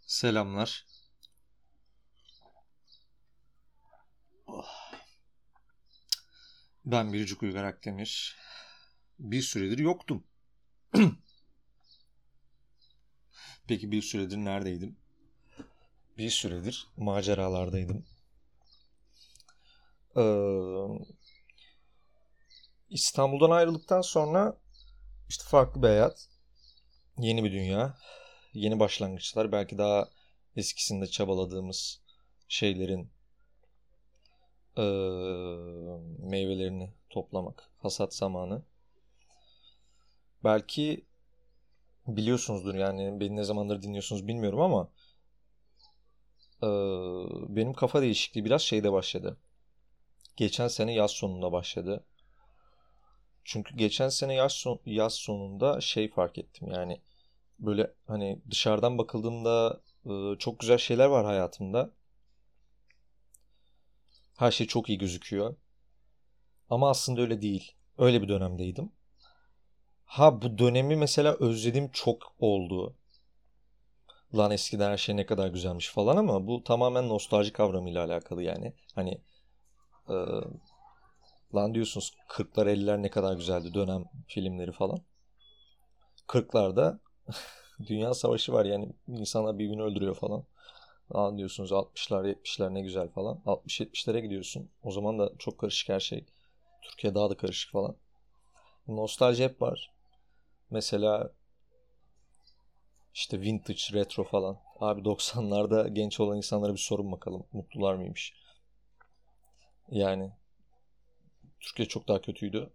Selamlar. Ben Biricik Uygar Akdemir. Bir süredir yoktum. Peki bir süredir neredeydim? Bir süredir maceralardaydım. İstanbul'dan ayrıldıktan sonra işte farklı bir hayat, yeni bir dünya, yeni başlangıçlar, belki daha eskisinde çabaladığımız şeylerin meyvelerini toplamak, hasat zamanı. Belki biliyorsunuzdur, yani beni ne zamandır dinliyorsunuz bilmiyorum ama benim kafa değişikliği biraz şeyde başladı. Geçen sene yaz sonunda başladı. Çünkü geçen sene yaz sonunda şey fark ettim, yani böyle hani dışarıdan bakıldığında çok güzel şeyler var hayatımda. Her şey çok iyi gözüküyor. Ama aslında öyle değil. Öyle bir dönemdeydim. Ha, bu dönemi mesela özledim, çok oldu. Lan eskiden her şey ne kadar güzelmiş falan, ama bu tamamen nostalji kavramıyla alakalı yani. Hani e, lan diyorsunuz 40'lar 50'ler ne kadar güzeldi, dönem filmleri falan. 40'larda Dünya Savaşı var, yani insanlar birbirini öldürüyor falan. Lan diyorsunuz 60'lar 70'ler ne güzel falan. 60-70'lere gidiyorsun. O zaman da çok karışık her şey. Türkiye daha da karışık falan. Nostalji hep var. Mesela işte vintage, retro falan. Abi 90'larda genç olan insanlara bir sorun bakalım. Mutlular mıymış? Yani Türkiye çok daha kötüydü.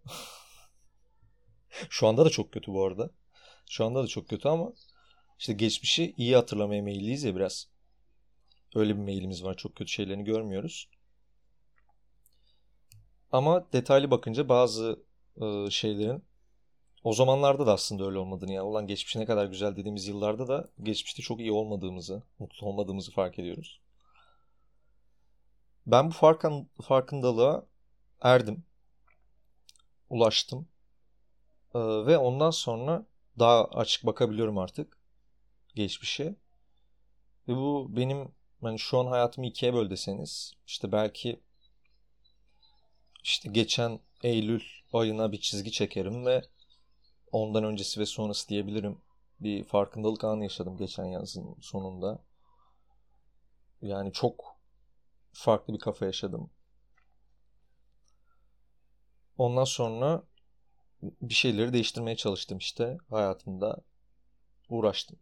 Şu anda da çok kötü bu arada. Şu anda da çok kötü ama işte geçmişi iyi hatırlamaya meyilliyiz ya biraz. Öyle bir meyilimiz var. Çok kötü şeylerini görmüyoruz. Ama detaylı bakınca bazı şeylerin o zamanlarda da aslında öyle olmadığını, ya ulan geçmiş ne kadar güzel dediğimiz yıllarda da geçmişte çok iyi olmadığımızı, mutlu olmadığımızı fark ediyoruz. Ben bu farkındalığa erdim, ulaştım. Ve ondan sonra daha açık bakabiliyorum artık geçmişe. Ve bu benim, hani şu an hayatımı ikiye böl deseniz, işte belki işte geçen Eylül ayına bir çizgi çekerim ve ondan öncesi ve sonrası diyebilirim. Bir farkındalık anı yaşadım geçen yazın sonunda. Yani çok farklı bir kafa yaşadım. Ondan sonra bir şeyleri değiştirmeye çalıştım işte hayatımda. Uğraştım.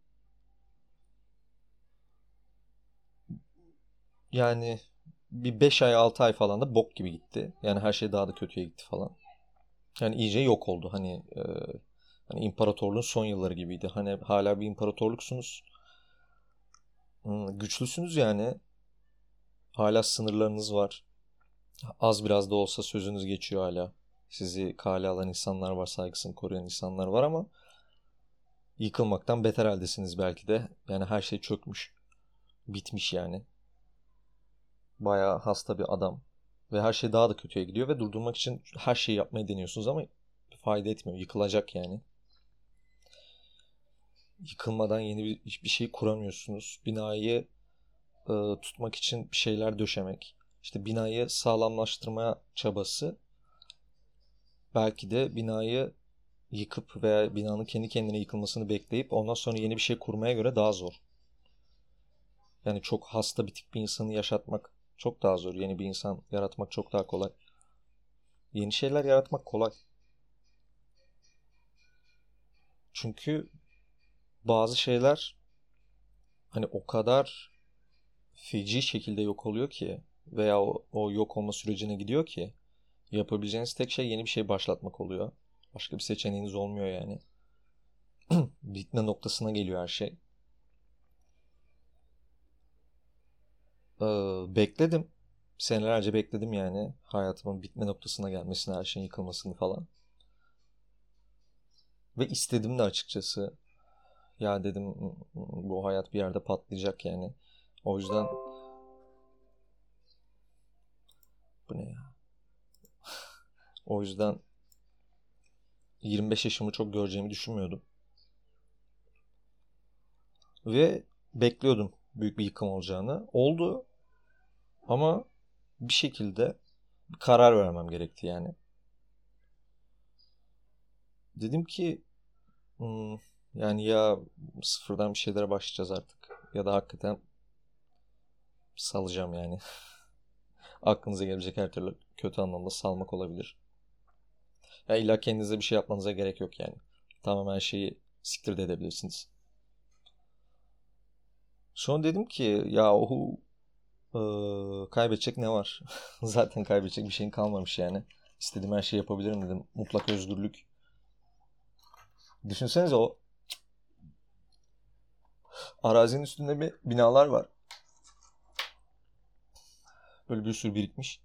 Yani bir 5 ay 6 ay falan da bok gibi gitti. Yani her şey daha da kötüye gitti falan. Yani iyice yok oldu. Hani imparatorluğun son yılları gibiydi. Hani hala bir imparatorluksunuz. Güçlüsünüz yani. Hala sınırlarınız var. Az biraz da olsa sözünüz geçiyor hala. Sizi kale alan insanlar var, saygısını koruyan insanlar var, ama yıkılmaktan beter haldesiniz belki de. Yani her şey çökmüş, bitmiş yani. Bayağı hasta bir adam. Ve her şey daha da kötüye gidiyor ve durdurmak için her şeyi yapmaya deniyorsunuz ama fayda etmiyor. Yıkılacak yani. Yıkılmadan yeni bir şey kuramıyorsunuz. Binayı tutmak için bir şeyler döşemek. İşte binayı sağlamlaştırma çabası belki de binayı yıkıp veya binanın kendi kendine yıkılmasını bekleyip ondan sonra yeni bir şey kurmaya göre daha zor. Yani çok hasta bitik bir insanı yaşatmak çok daha zor. Yeni bir insan yaratmak çok daha kolay. Yeni şeyler yaratmak kolay. Çünkü bazı şeyler hani o kadar feci şekilde yok oluyor ki veya o yok olma sürecine gidiyor ki yapabileceğiniz tek şey yeni bir şey başlatmak oluyor. Başka bir seçeneğiniz olmuyor yani. Bitme noktasına geliyor her şey. Bekledim. Senelerce bekledim yani hayatımın bitme noktasına gelmesini, her şeyin yıkılmasını falan. Ve istedim de açıkçası. Ya dedim, bu hayat bir yerde patlayacak yani. O yüzden bu ne ya? O yüzden 25 yaşımı çok göreceğimi düşünmüyordum. Ve bekliyordum. büyük bir yıkım olacağını. Oldu ama bir şekilde bir karar vermem gerekti yani. Dedim ki yani ya sıfırdan bir şeylere başlayacağız artık ya da hakikaten salacağım yani. Aklınıza gelebilecek her türlü kötü anlamda salmak olabilir. Ya illa kendinize bir şey yapmanıza gerek yok yani. Tamamen her şeyi siktir de edebilirsiniz. Sonra dedim ki ya kaybedecek ne var? Zaten kaybedecek bir şeyin kalmamış yani. İstediğim her şeyi yapabilirim dedim. Mutlak özgürlük. Düşünsenize o arazinin üstünde bir binalar var. Böyle bir sürü birikmiş.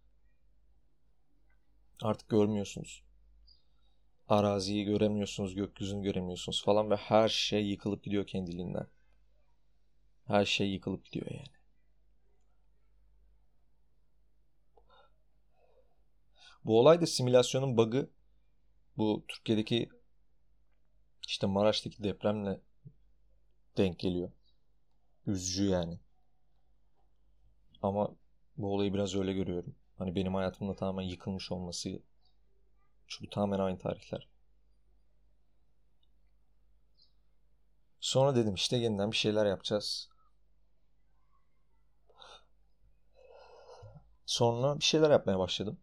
Artık görmüyorsunuz. Araziyi göremiyorsunuz, gökyüzünü göremiyorsunuz falan ve her şey yıkılıp gidiyor kendiliğinden. Her şey yıkılıp gidiyor yani. Bu olay da simülasyonun bug'ı. Bu Türkiye'deki işte Maraş'taki depremle denk geliyor. Üzücü yani. Ama bu olayı biraz öyle görüyorum. Hani benim hayatımda tamamen yıkılmış olması. Çünkü tamamen aynı tarihler. Sonra dedim işte yeniden bir şeyler yapacağız. Sonra bir şeyler yapmaya başladım.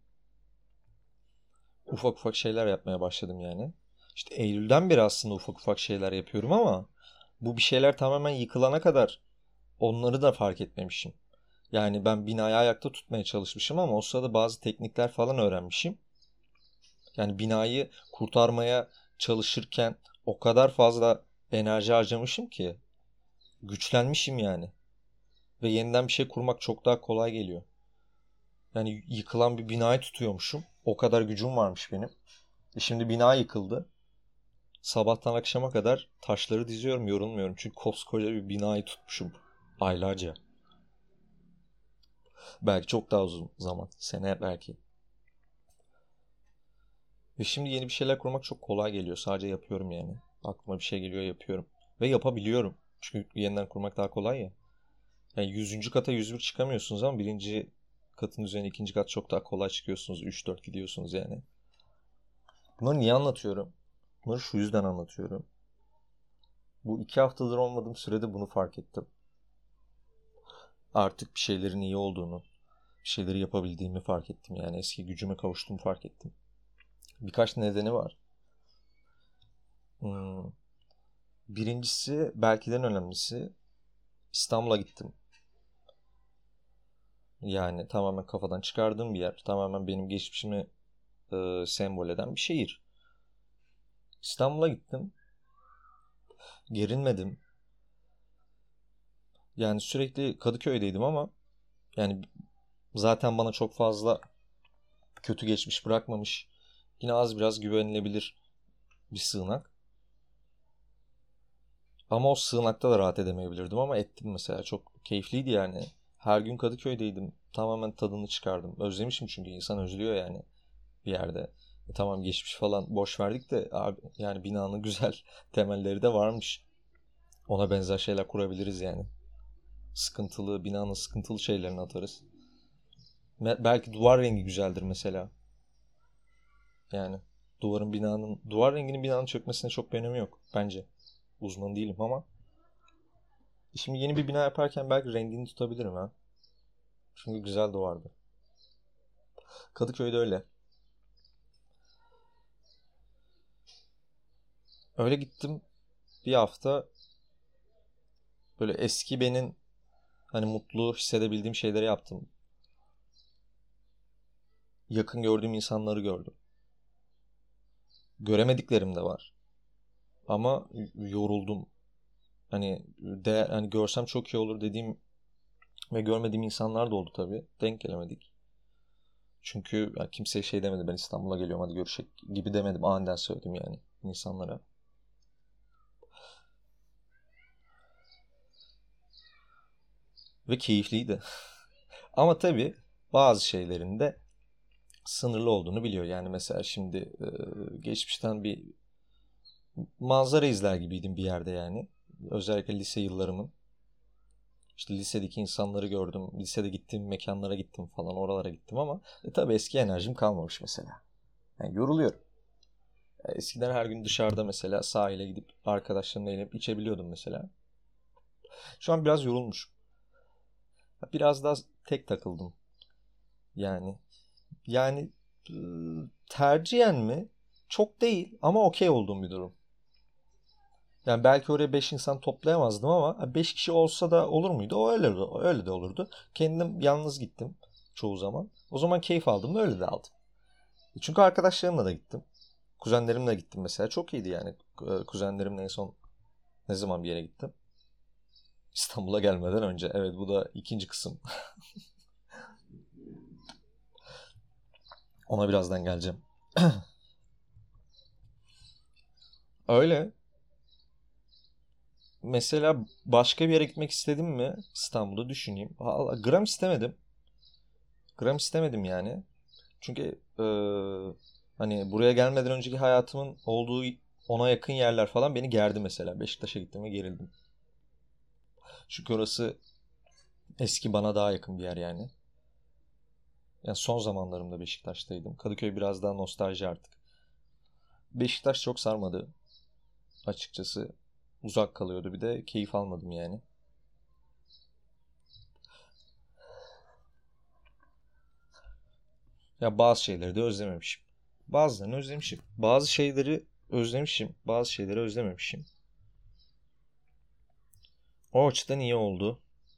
Ufak ufak şeyler yapmaya başladım yani. İşte Eylül'den beri aslında ufak ufak şeyler yapıyorum ama bu bir şeyler tamamen yıkılana kadar onları da fark etmemişim. Yani ben binayı ayakta tutmaya çalışmışım ama o sırada bazı teknikler falan öğrenmişim. Yani binayı kurtarmaya çalışırken o kadar fazla enerji harcamışım ki güçlenmişim yani. Ve yeniden bir şey kurmak çok daha kolay geliyor. Yani yıkılan bir binayı tutuyormuşum. O kadar gücüm varmış benim. Şimdi bina yıkıldı. Sabahtan akşama kadar taşları diziyorum, yorulmuyorum. Çünkü koskoca bir binayı tutmuşum aylarca. Belki çok daha uzun zaman. Sene belki. Ve şimdi yeni bir şeyler kurmak çok kolay geliyor. Sadece yapıyorum yani. Aklıma bir şey geliyor yapıyorum. Ve yapabiliyorum. Çünkü yeniden kurmak daha kolay ya. Yani 100. kata 101 çıkamıyorsunuz ama birinci katın üzerine ikinci kat çok daha kolay çıkıyorsunuz. 3-4 gidiyorsunuz yani. Bunları niye anlatıyorum? Bunları şu yüzden anlatıyorum. Bu 2 haftadır olmadığım sürede bunu fark ettim. Artık bir şeylerin iyi olduğunu, bir şeyleri yapabildiğimi fark ettim. Yani eski gücüme kavuştuğumu fark ettim. Birkaç nedeni var. Hmm. Birincisi belki de en önemlisi İstanbul'a gittim. Yani tamamen kafadan çıkardığım bir yer. Tamamen benim geçmişimi sembol eden bir şehir. İstanbul'a gittim. Gerinmedim. Yani sürekli Kadıköy'deydim ama yani zaten bana çok fazla kötü geçmiş bırakmamış. Yine az biraz güvenilebilir bir sığınak. Ama o sığınakta da rahat edemeyebilirdim ama ettim mesela. Çok keyifliydi yani. Her gün Kadıköy'deydim. Tamamen tadını çıkardım. Özlemişim çünkü insan özlüyor yani bir yerde. Tamam geçmiş falan boş verdik de abi, yani binanın güzel temelleri de varmış. Ona benzer şeyler kurabiliriz yani. Sıkıntılı, binanın sıkıntılı şeylerini atarız. Belki duvar rengi güzeldir mesela. Yani duvar renginin binanın çökmesine çok bir önemi yok bence. Uzman değilim ama. Şimdi yeni bir bina yaparken belki rengini tutabilirim ha. Çünkü güzel duvardı. Kadıköy'de öyle. Öyle gittim bir hafta böyle eski benim hani mutlu hissedebildiğim şeyleri yaptım. Yakın gördüğüm insanları gördüm. Göremediklerim de var. Ama yoruldum. Hani görsem çok iyi olur dediğim ve görmediğim insanlar da oldu tabii. Denk gelemedik. Çünkü yani kimseye şey demedi ben İstanbul'a geliyorum hadi görüşek gibi demedim. Aniden söyledim yani insanlara. Ve keyifliydi. Ama tabii bazı şeylerin de sınırlı olduğunu biliyor. Yani mesela şimdi geçmişten bir manzara izler gibiydim bir yerde yani. Özellikle lise yıllarımın. İşte lisedeki insanları gördüm. Lisede gittiğim mekanlara gittim falan. Oralara gittim ama tabii eski enerjim kalmamış mesela. Yani yoruluyorum. Eskiden her gün dışarıda mesela sahile gidip arkadaşlarımla eğlenip içebiliyordum mesela. Şu an biraz yorulmuşum. Biraz daha tek takıldım. Yani yani tercihen mi? Çok değil ama okey olduğum bir durum. Yani belki oraya 5 insan toplayamazdım ama 5 kişi olsa da olur muydu? O öyle de olurdu. Kendim yalnız gittim çoğu zaman. O zaman keyif aldım mı öyle de aldım. Çünkü arkadaşlarımla da gittim. Kuzenlerimle gittim mesela. Çok iyiydi yani. Kuzenlerimle en son ne zaman bir yere gittim? İstanbul'a gelmeden önce. Evet, bu da ikinci kısım. Ona birazdan geleceğim. Öyle. Mesela başka bir yere gitmek istedim mi? İstanbul'da düşüneyim. Vallahi gram istemedim. Gram istemedim yani. Çünkü hani buraya gelmeden önceki hayatımın olduğu ona yakın yerler falan beni gerdi mesela. Beşiktaş'a gittim ve gerildim. Çünkü orası eski, bana daha yakın bir yer yani. Yani son zamanlarımda Beşiktaş'taydım. Kadıköy biraz daha nostalji artık. Beşiktaş çok sarmadı açıkçası. Uzak kalıyordu, bir de keyif almadım yani. Ya bazı şeyleri de özlememişim. Bazılarını özlemişim. Bazı şeyleri özlemişim. Bazı şeyleri özlememişim. O açıdan iyi oldu.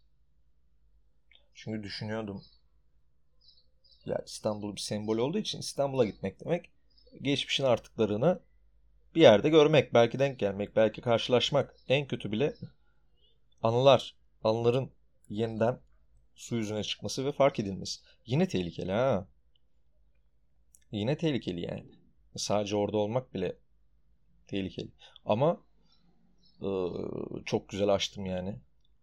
Çünkü düşünüyordum. Ya İstanbul bir sembol olduğu için İstanbul'a gitmek demek geçmişin artıklarını bir yerde görmek, belki denk gelmek, belki karşılaşmak. En kötü bile anıların yeniden su yüzüne çıkması ve fark edilmesi. Yine tehlikeli ha. Yine tehlikeli yani. Sadece orada olmak bile tehlikeli. Ama çok güzel açtım yani.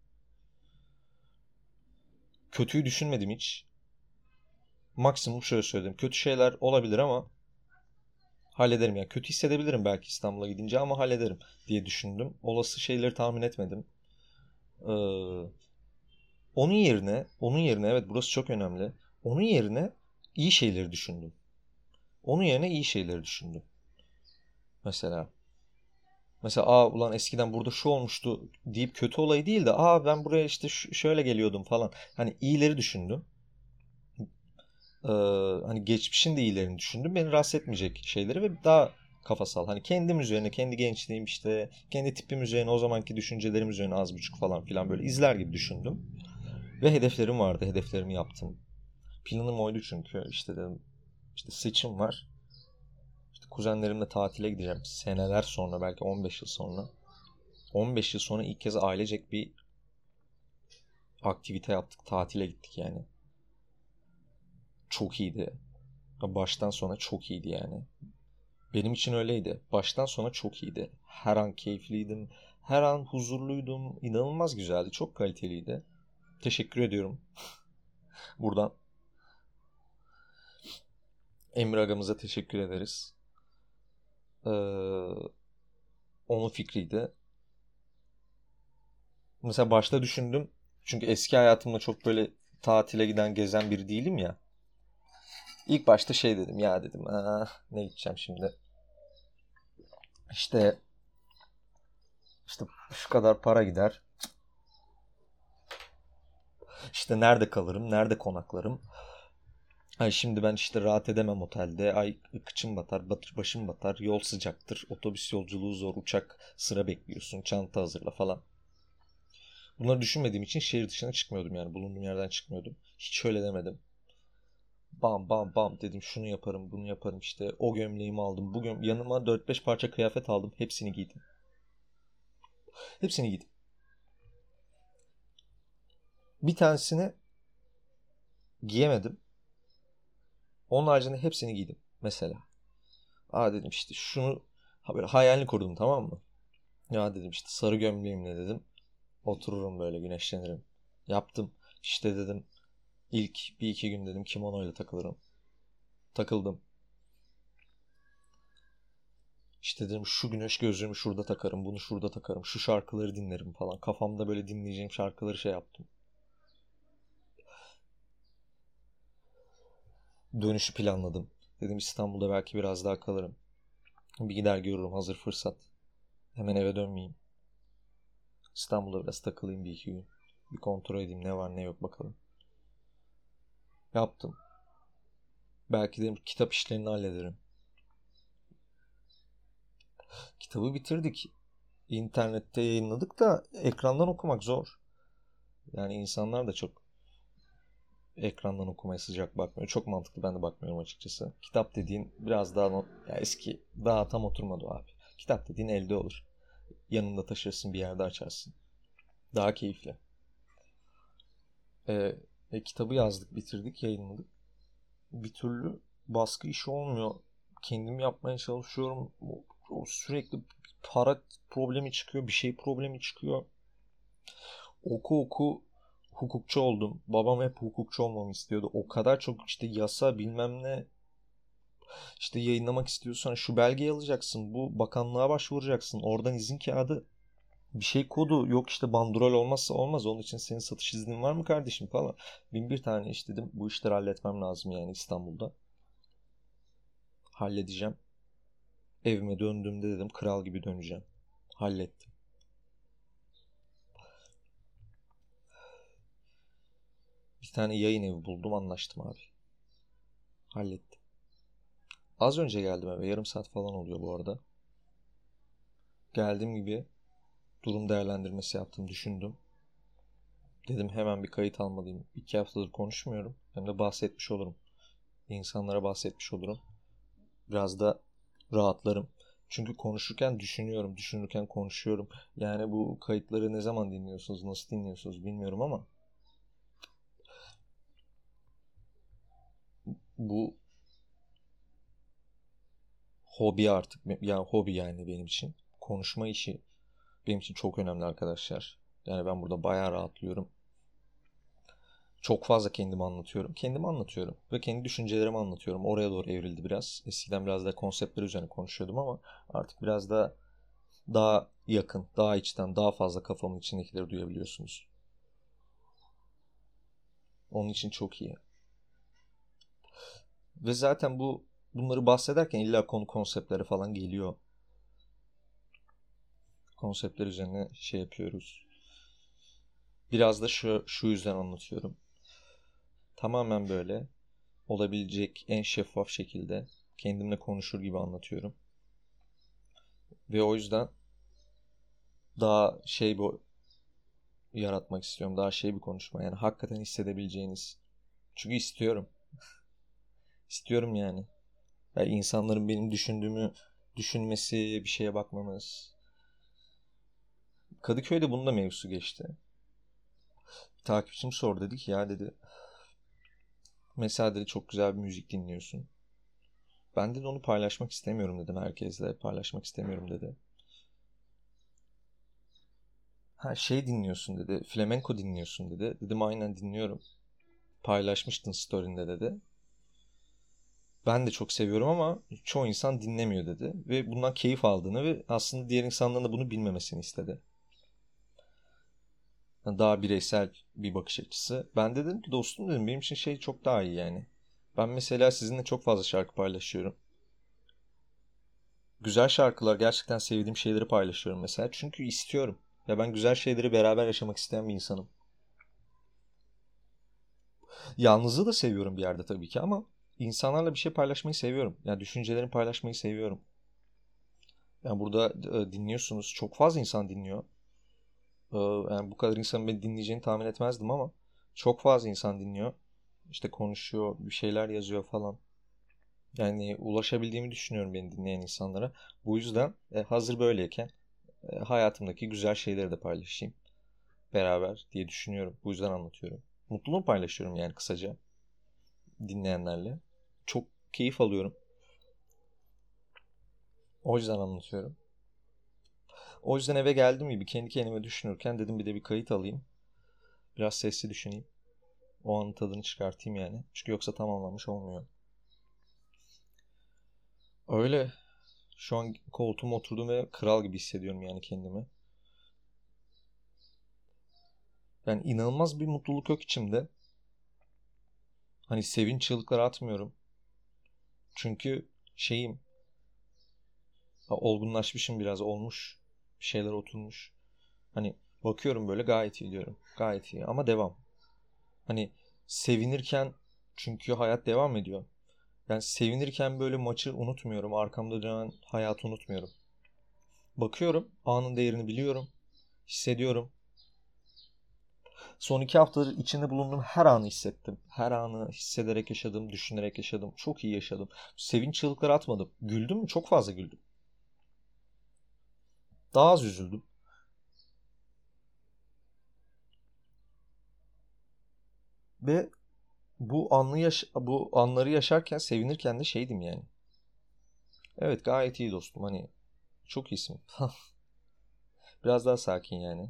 Kötüyü düşünmedim hiç. Maksimum şöyle söyledim. Kötü şeyler olabilir ama hallederim. Yani kötü hissedebilirim belki İstanbul'a gidince ama hallederim diye düşündüm. Olası şeyleri tahmin etmedim. Ee, onun yerine evet, burası çok önemli. Onun yerine iyi şeyleri düşündüm. Onun yerine iyi şeyleri düşündüm. Mesela ulan eskiden burada şu olmuştu deyip kötü olayı değil de ben buraya işte şöyle geliyordum falan. Hani iyileri düşündüm. Ee, Hani geçmişin de iyilerini düşündüm. Beni rahatsız etmeyecek şeyleri ve daha kafasal. Hani kendim üzerine, kendi gençliğim, işte kendi tipim üzerine, o zamanki düşüncelerim üzerine az buçuk falan filan böyle izler gibi düşündüm. Ve hedeflerim vardı. Hedeflerimi yaptım. Planım oydu çünkü. İşte dedim, işte seçim var. İşte kuzenlerimle tatile gideceğim. Seneler sonra, belki 15 yıl sonra. 15 yıl sonra ilk kez ailecek bir aktivite yaptık. Tatile gittik yani. Çok iyiydi. Baştan sona çok iyiydi yani. Benim için öyleydi. Baştan sona çok iyiydi. Her an keyifliydim. Her an huzurluydum. İnanılmaz güzeldi. Çok kaliteliydi. Teşekkür ediyorum. Buradan Emir Agamıza teşekkür ederiz. Ee, Onun fikriydi. Mesela başta düşündüm. Çünkü eski hayatımda çok böyle tatile giden, gezen biri değilim ya. İlk başta şey dedim, ya dedim, ne gideceğim şimdi. İşte işte şu kadar para gider. İşte nerede kalırım, nerede konaklarım. Ay şimdi ben işte rahat edemem otelde. Ay kıçım batar, başım batar. Yol sıcaktır. Otobüs yolculuğu zor. Uçak sıra bekliyorsun. Çanta hazırla falan. Bunları düşünmediğim için şehir dışına çıkmıyordum yani. Bulunduğum yerden çıkmıyordum. Hiç öyle demedim. Bam bam bam dedim, şunu yaparım, bunu yaparım işte. O gömleğimi aldım. Yanıma 4-5 parça kıyafet aldım. Hepsini giydim. Hepsini giydim. Bir tanesini giyemedim. Onun haricinde hepsini giydim mesela. Dedim işte şunu, böyle hayalini kurdum, tamam mı? Ya dedim işte sarı gömleğimle dedim. Otururum böyle, güneşlenirim. Yaptım. İşte dedim ilk bir iki gün dedim kimono ile takılırım. Takıldım. İşte dedim şu güneş gözlüğümü şurada takarım, bunu şurada takarım, şu şarkıları dinlerim falan. Kafamda böyle dinleyeceğim şarkıları şey yaptım. Dönüşü planladım. Dedim İstanbul'da belki biraz daha kalırım. Bir gider görürüm hazır fırsat. Hemen eve dönmeyeyim. İstanbul'da biraz takılayım bir iki gün. Bir kontrol edeyim ne var ne yok bakalım. Yaptım. Belki de kitap işlerini hallederim. Kitabı bitirdik. İnternette yayınladık da ekrandan okumak zor. Yani insanlar da çok ekrandan okumaya sıcak bakmıyor. Çok mantıklı, ben de bakmıyorum açıkçası. Kitap dediğin biraz daha ya eski, daha tam oturmadı o abi. Kitap dediğin elde olur. Yanında taşırsın, bir yerde açarsın. Daha keyifli. Kitabı yazdık, bitirdik, yayınladık. Bir türlü baskı işi olmuyor. Kendim yapmaya çalışıyorum. Sürekli para problemi çıkıyor, bir şey problemi çıkıyor. Oku hukukçu oldum. Babam hep hukukçu olmamı istiyordu. O kadar çok işte yasa bilmem ne, işte yayınlamak istiyorsan şu belgeyi alacaksın. Bu bakanlığa başvuracaksın. Oradan izin kağıdı, bir şey kodu yok, işte bandrol olmazsa olmaz. Onun için senin satış iznin var mı kardeşim falan. Bin bir tane iş dedim. Bu işleri halletmem lazım yani İstanbul'da. Halledeceğim. Evime döndüğümde dedim kral gibi döneceğim. Hallettim. Bir tane yayın evi buldum, anlaştım abi. Hallettim. Az önce geldim eve. Yarım saat falan oluyor bu arada. Geldiğim gibi durum değerlendirmesi yaptım, düşündüm. Dedim hemen bir kayıt almalıyım. 2 haftadır konuşmuyorum. Hem de bahsetmiş olurum. İnsanlara bahsetmiş olurum. Biraz da rahatlarım. Çünkü konuşurken düşünüyorum, düşünürken konuşuyorum. Yani bu kayıtları ne zaman dinliyorsunuz, nasıl dinliyorsunuz bilmiyorum ama bu hobi artık. Yani hobi yani benim için. Konuşma işi benim için çok önemli arkadaşlar. Yani ben burada bayağı rahatlıyorum. Çok fazla kendimi anlatıyorum. Kendimi anlatıyorum ve kendi düşüncelerimi anlatıyorum. Oraya doğru evrildi biraz. Eskiden biraz da konseptler üzerine konuşuyordum ama artık biraz da daha yakın, daha içten, daha fazla kafamın içindekileri duyabiliyorsunuz. Onun için çok iyi. Ve zaten bunları bahsederken illa konu konseptlere falan geliyor. Konseptler üzerine şey yapıyoruz. Biraz da şu yüzden anlatıyorum. Tamamen böyle olabilecek en şeffaf şekilde kendimle konuşur gibi anlatıyorum. Ve o yüzden daha bu yaratmak istiyorum. Daha bir konuşma. Yani hakikaten hissedebileceğiniz. Çünkü istiyorum. İstiyorum yani. Yani insanların benim düşündüğümü düşünmesi, bir şeye bakmamız. Kadıköy'de bunun da mevzusu geçti. Bir takipçim sordu, dedi ki ya dedi, mesela dedi çok güzel bir müzik dinliyorsun. Ben de onu paylaşmak istemiyorum dedim, herkesle paylaşmak istemiyorum dedi. Ha dinliyorsun dedi, flamenco dinliyorsun dedi. Dedim aynen dinliyorum. Paylaşmıştın story'inde dedi. Ben de çok seviyorum ama çoğu insan dinlemiyor dedi. Ve bundan keyif aldığını ve aslında diğer insanların da bunu bilmemesini istedi. Yani daha bireysel bir bakış açısı. Ben de dedim ki dostum dedim, benim için çok daha iyi yani. Ben mesela sizinle çok fazla şarkı paylaşıyorum. Güzel şarkılar, gerçekten sevdiğim şeyleri paylaşıyorum mesela. Çünkü istiyorum. Ya ben güzel şeyleri beraber yaşamak isteyen bir insanım. Yalnızlığı da seviyorum bir yerde tabii ki ama insanlarla bir şey paylaşmayı seviyorum. Yani düşüncelerimi paylaşmayı seviyorum. Yani burada dinliyorsunuz. Çok fazla insan dinliyor. Yani bu kadar insanın beni dinleyeceğini tahmin etmezdim ama çok fazla insan dinliyor. İşte konuşuyor, bir şeyler yazıyor falan. Yani ulaşabildiğimi düşünüyorum beni dinleyen insanlara. Bu yüzden hazır böyleyken hayatımdaki güzel şeyleri de paylaşayım beraber diye düşünüyorum. Bu yüzden anlatıyorum. Mutluluğumu paylaşıyorum yani kısaca dinleyenlerle. Çok keyif alıyorum. O yüzden anlatıyorum. O yüzden eve geldim gibi kendi kendime düşünürken dedim bir de bir kayıt alayım. Biraz sesli düşüneyim. O anın tadını çıkartayım yani. Çünkü yoksa tamamlanmış olmuyor. Öyle. Şu an koltuğuma oturdum ve kral gibi hissediyorum yani kendimi. Yani inanılmaz bir mutluluk yok içimde. Hani sevinç çığlıkları atmıyorum. Çünkü olgunlaşmışım biraz, olmuş. Bir şeyler oturmuş. Hani bakıyorum böyle, gayet iyi diyorum. Gayet iyi ama devam. Hani sevinirken, çünkü hayat devam ediyor. Yani sevinirken böyle maçı unutmuyorum. Arkamda dönen hayatı unutmuyorum. Bakıyorum, anın değerini biliyorum. Hissediyorum. Son 2 haftadır içinde bulunduğum her anı hissettim. Her anı hissederek yaşadım, düşünerek yaşadım. Çok iyi yaşadım. Sevinç çığlıkları atmadım. Güldüm mü? Çok fazla güldüm. Daha az üzüldüm. Ve bu anları yaşarken, sevinirken de şeydim yani. Evet, gayet iyi dostum, hani çok iyisin. Biraz daha sakin yani.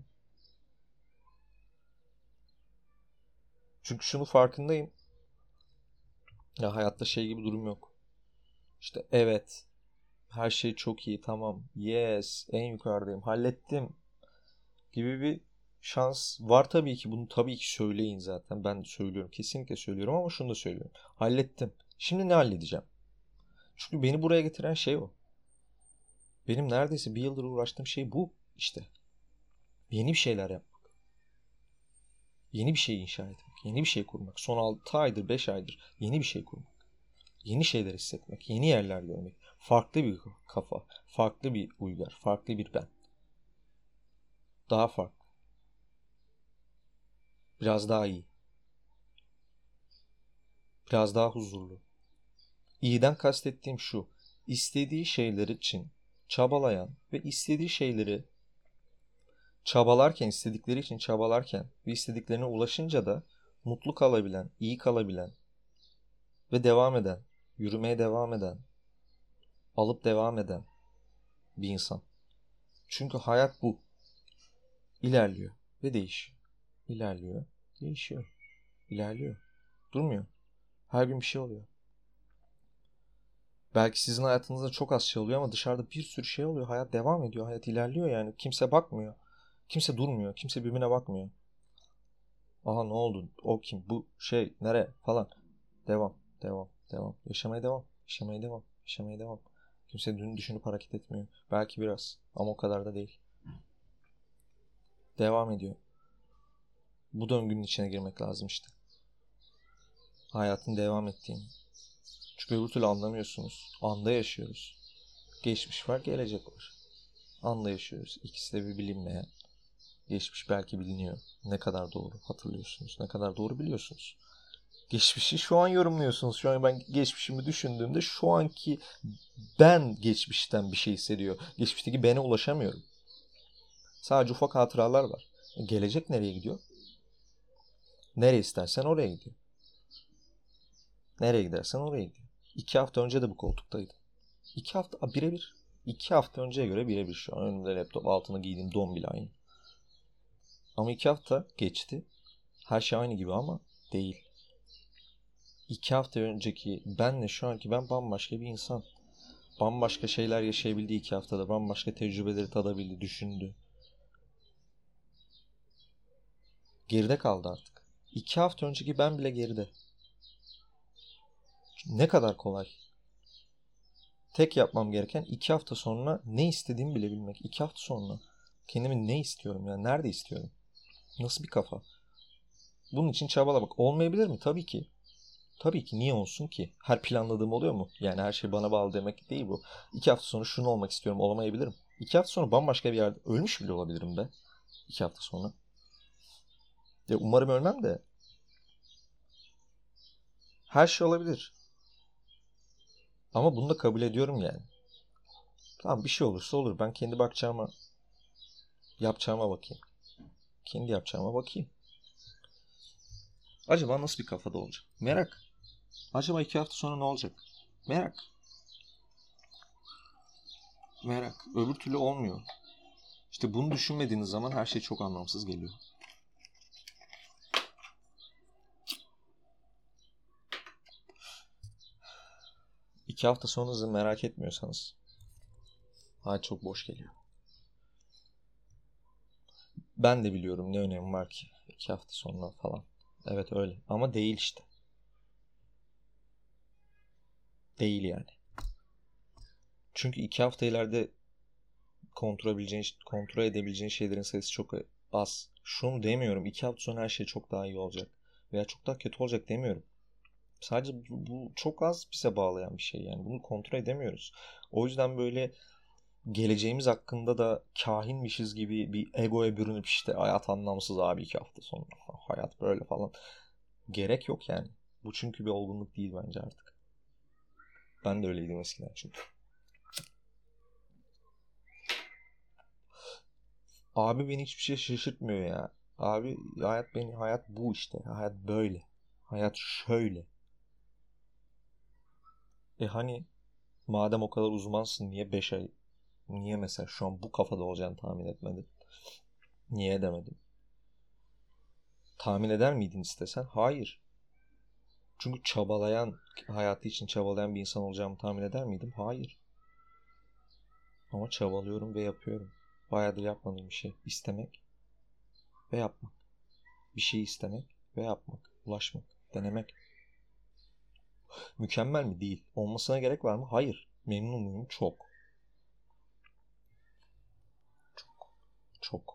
Çünkü şunu farkındayım. Ya hayatta şey gibi durum yok. İşte evet, her şey çok iyi, tamam, yes, en yukarıdayım, hallettim gibi bir şans var tabii ki. Bunu tabii ki söyleyin zaten. Ben de söylüyorum. Kesinlikle söylüyorum ama şunu da söylüyorum. Hallettim. Şimdi ne halledeceğim? Çünkü beni buraya getiren şey o. Benim neredeyse bir yıldır uğraştığım şey bu işte. Yeni bir şeyler yapmak. Yeni bir şey inşa etmek. Yeni bir şey kurmak. Son 6 aydır, 5 aydır yeni bir şey kurmak. Yeni şeyler hissetmek. Yeni yerler görmek. Farklı bir kafa. Farklı bir uygar. Farklı bir ben. Daha farklı. Biraz daha iyi. Biraz daha huzurlu. İyiden kastettiğim şu: istediği şeyler için çabalayan ve istediği şeyleri çabalarken, istedikleri için çabalarken ve istediklerine ulaşınca da mutlu kalabilen, iyi kalabilen ve devam eden, yürümeye devam eden, alıp devam eden bir insan. Çünkü hayat bu. İlerliyor ve değişiyor. İlerliyor, değişiyor. İlerliyor. Durmuyor. Her gün bir şey oluyor. Belki sizin hayatınızda çok az şey oluyor ama dışarıda bir sürü şey oluyor. Hayat devam ediyor. Hayat ilerliyor yani. Kimse bakmıyor. Kimse durmuyor. Kimse birbirine bakmıyor. Aha, ne oldu? O kim? Bu şey nere? Falan. Devam. Devam. Devam. Yaşamaya devam. Yaşamaya devam. Yaşamaya devam. Kimse dün düşünüp hareket etmiyor. Belki biraz. Ama o kadar da değil. Devam ediyor. Bu döngünün içine girmek lazım işte. Hayatın devam ettiğini. Çünkü öbür türlü anlamıyorsunuz. Anda yaşıyoruz. Geçmiş var, gelecek var. Anda yaşıyoruz. İkisi de bir bilinmeyen. Geçmiş belki biliniyor. Ne kadar doğru hatırlıyorsunuz, ne kadar doğru biliyorsunuz. Geçmişi şu an yorumluyorsunuz. Şu an ben geçmişimi düşündüğümde şu anki ben geçmişten bir şey hissediyor. Geçmişteki bene ulaşamıyorum. Sadece ufak hatıralar var. Gelecek nereye gidiyor? Nereye istersen oraya gidiyor. Nereye gidersen oraya gidiyor. 2 hafta önce de bu koltuktaydım. 2 hafta birebir. 2 hafta önceye göre birebir şu an. Önümde laptop, altına giydiğim don bile aynı. Ama 2 hafta geçti. Her şey aynı gibi ama değil. 2 hafta önceki benle şu anki ben bambaşka bir insan. Bambaşka şeyler yaşayabildi 2 haftada. Bambaşka tecrübeleri tadabildi, düşündü. Geride kaldı artık. 2 hafta önceki ben bile geride. Ne kadar kolay. Tek yapmam gereken 2 hafta sonra ne istediğimi bile bilmek. 2 hafta sonra kendimi ne istiyorum, yani nerede istiyorum? Nasıl bir kafa? Bunun için çabalamak. Olmayabilir mi? Tabii ki. Tabii ki, niye olsun ki? Her planladığım oluyor mu? Yani her şey bana bağlı demek değil bu. 2 hafta sonra şunu olmak istiyorum, olamayabilirim. 2 hafta sonra bambaşka bir yerde ölmüş bile olabilirim be. 2 hafta sonra. Ya umarım ölmem de. Her şey olabilir. Ama bunu da kabul ediyorum yani. Tamam, bir şey olursa olur. Ben kendi yapacağıma bakayım. Kendi yapacağıma bakayım. Acaba nasıl bir kafada olacak? Merak. Acaba 2 hafta sonra ne olacak? Merak. Merak. Öbür türlü olmuyor. İşte bunu düşünmediğiniz zaman her şey çok anlamsız geliyor. 2 hafta sonrasını merak etmiyorsanız Hayat çok boş geliyor. Ben de biliyorum, ne önemi var ki? 2 hafta sonra falan. Evet öyle. Ama değil işte. Değil yani. Çünkü 2 hafta ileride kontrol edebileceğin şeylerin sayısı çok az. Şunu demiyorum. 2 hafta sonra her şey çok daha iyi olacak. Veya çok daha kötü olacak demiyorum. Sadece bu çok az bize bağlayan bir şey yani. Bunu kontrol edemiyoruz. O yüzden böyle geleceğimiz hakkında da kahinmişiz gibi bir egoya bürünüp işte hayat anlamsız abi 2 hafta sonra. Hayat böyle falan. Gerek yok yani. Bu çünkü bir olgunluk değil bence artık. Ben de öyleydim eskiden çünkü. Abi beni hiçbir şey şaşırtmıyor ya. Abi hayat bu işte. Hayat böyle. Hayat şöyle. Hani madem o kadar uzmansın niye 5 ay, niye mesela şu an bu kafada olacağını tahmin etmedin? Niye demedim? Tahmin eder miydin istesen? Hayır. Çünkü hayatı için çabalayan bir insan olacağımı tahmin eder miydim? Hayır. Ama çabalıyorum ve yapıyorum. Bayağıdır yapmadığım bir şey. İstemek ve yapmak. Bir şey istemek ve yapmak. Ulaşmak. Denemek. Mükemmel mi? Değil. Olmasına gerek var mı? Hayır. Memnun muyum? Çok. Çok. Çok.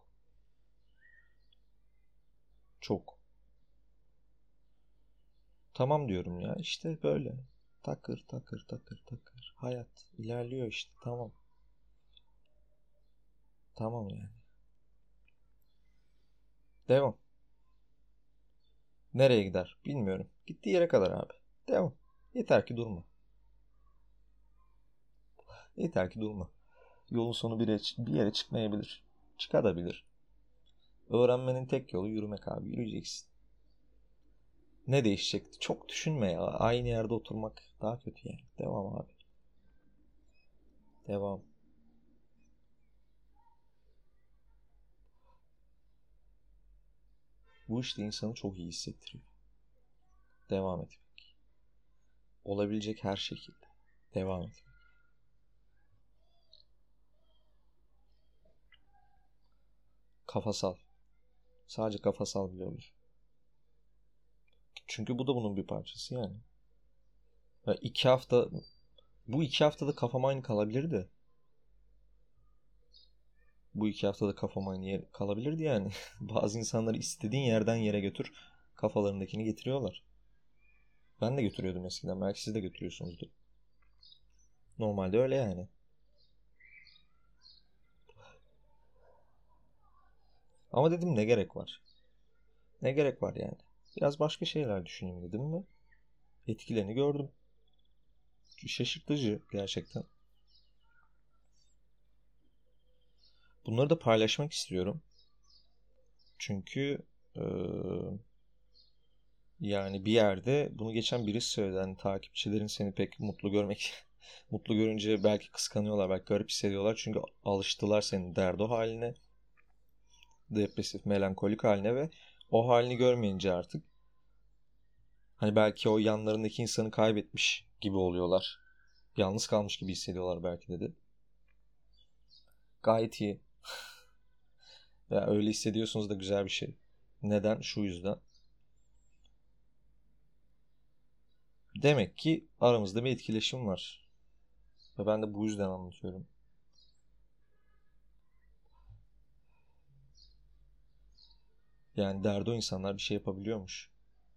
Çok. Tamam diyorum ya. İşte böyle. Takır takır takır takır. Hayat ilerliyor işte. Tamam. Tamam yani. Devam. Nereye gider? Bilmiyorum. Gittiği yere kadar abi. Devam. Yeter ki durma. Yeter ki durma. Yolun sonu bir yere çıkmayabilir. Çıkabilir. Öğrenmenin tek yolu yürümek abi. Yürüyeceksin. Ne değişecekti? Çok düşünme ya. Aynı yerde oturmak daha kötü yani. Devam abi. Devam. Bu işte insanı çok iyi hissettiriyor. Devam etmek. Olabilecek her şekilde. Devam etmek. Kafasal. Sadece kafasal bile olur. Çünkü bu da bunun bir parçası yani. Ya 2 hafta, bu 2 haftada kafam aynı kalabilirdi. Bu 2 haftada kafam aynı kalabilirdi yani. Bazı insanları istediğin yerden yere götür, kafalarındakini getiriyorlar. Ben de götürüyordum eskiden. Belki siz de götürüyorsunuzdur. Normalde öyle yani. Ama dedim ne gerek var? Ne gerek var yani? Biraz başka şeyler düşüneyim dedim mi? Etkilerini gördüm. Şaşırtıcı gerçekten. Bunları da paylaşmak istiyorum. Çünkü yani bir yerde bunu geçen birisi söyledi. Hani takipçilerin seni pek mutlu görmek mutlu görünce belki kıskanıyorlar, belki garip hissediyorlar. Çünkü alıştılar senin derdo haline, depresif, melankolik haline ve o halini görmeyince artık hani belki o yanlarındaki insanı kaybetmiş gibi oluyorlar. Yalnız kalmış gibi hissediyorlar belki dedi. Gayet iyi. Ya öyle hissediyorsunuz da güzel bir şey. Neden? Şu yüzden. Demek ki aramızda bir etkileşim var. Ve ben de bu yüzden anlatıyorum. Yani derdi o insanlar bir şey yapabiliyormuş.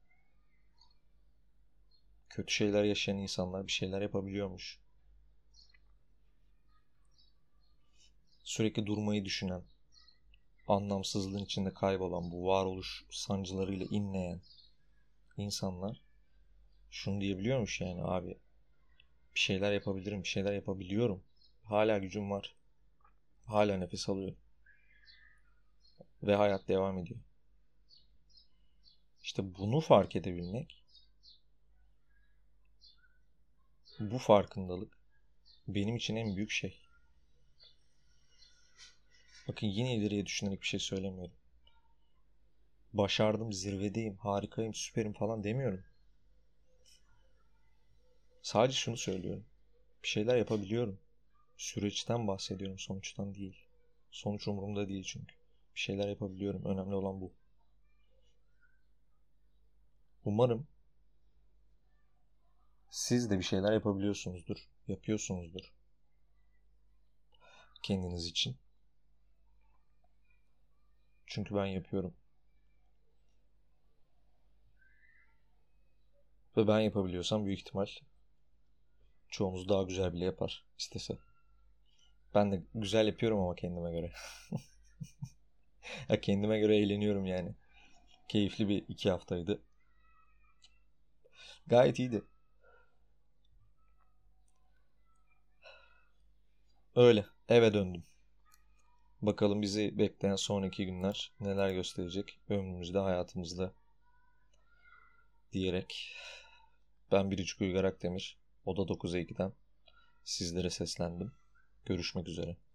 Kötü şeyler yaşayan insanlar bir şeyler yapabiliyormuş. Sürekli durmayı düşünen, anlamsızlığın içinde kaybolan, bu varoluş sancılarıyla inleyen insanlar şunu diyebiliyormuş yani abi bir şeyler yapabilirim, bir şeyler yapabiliyorum. Hala gücüm var. Hala nefes alıyorum. Ve hayat devam ediyor. İşte bunu fark edebilmek, bu farkındalık benim için en büyük şey. Bakın yine ileriye düşünerek bir şey söylemiyorum. Başardım, zirvedeyim, harikayım, süperim falan demiyorum. Sadece şunu söylüyorum. Bir şeyler yapabiliyorum. Süreçten bahsediyorum, sonuçtan değil. Sonuç umurumda değil çünkü. Bir şeyler yapabiliyorum. Önemli olan bu. Umarım siz de bir şeyler yapabiliyorsunuzdur. Yapıyorsunuzdur. Kendiniz için. Çünkü ben yapıyorum. Ve ben yapabiliyorsam büyük ihtimal çoğumuz daha güzel bile yapar istese. Ben de güzel yapıyorum ama kendime göre. Ya kendime göre eğleniyorum yani. Keyifli bir 2 haftaydı. Gayet iyiydi. Öyle. Eve döndüm. Bakalım bizi bekleyen sonraki günler neler gösterecek ömrümüzde, hayatımızda diyerek. Ben Biricik Uygar Akdemir. Oda 9'a 2'den sizlere seslendim. Görüşmek üzere.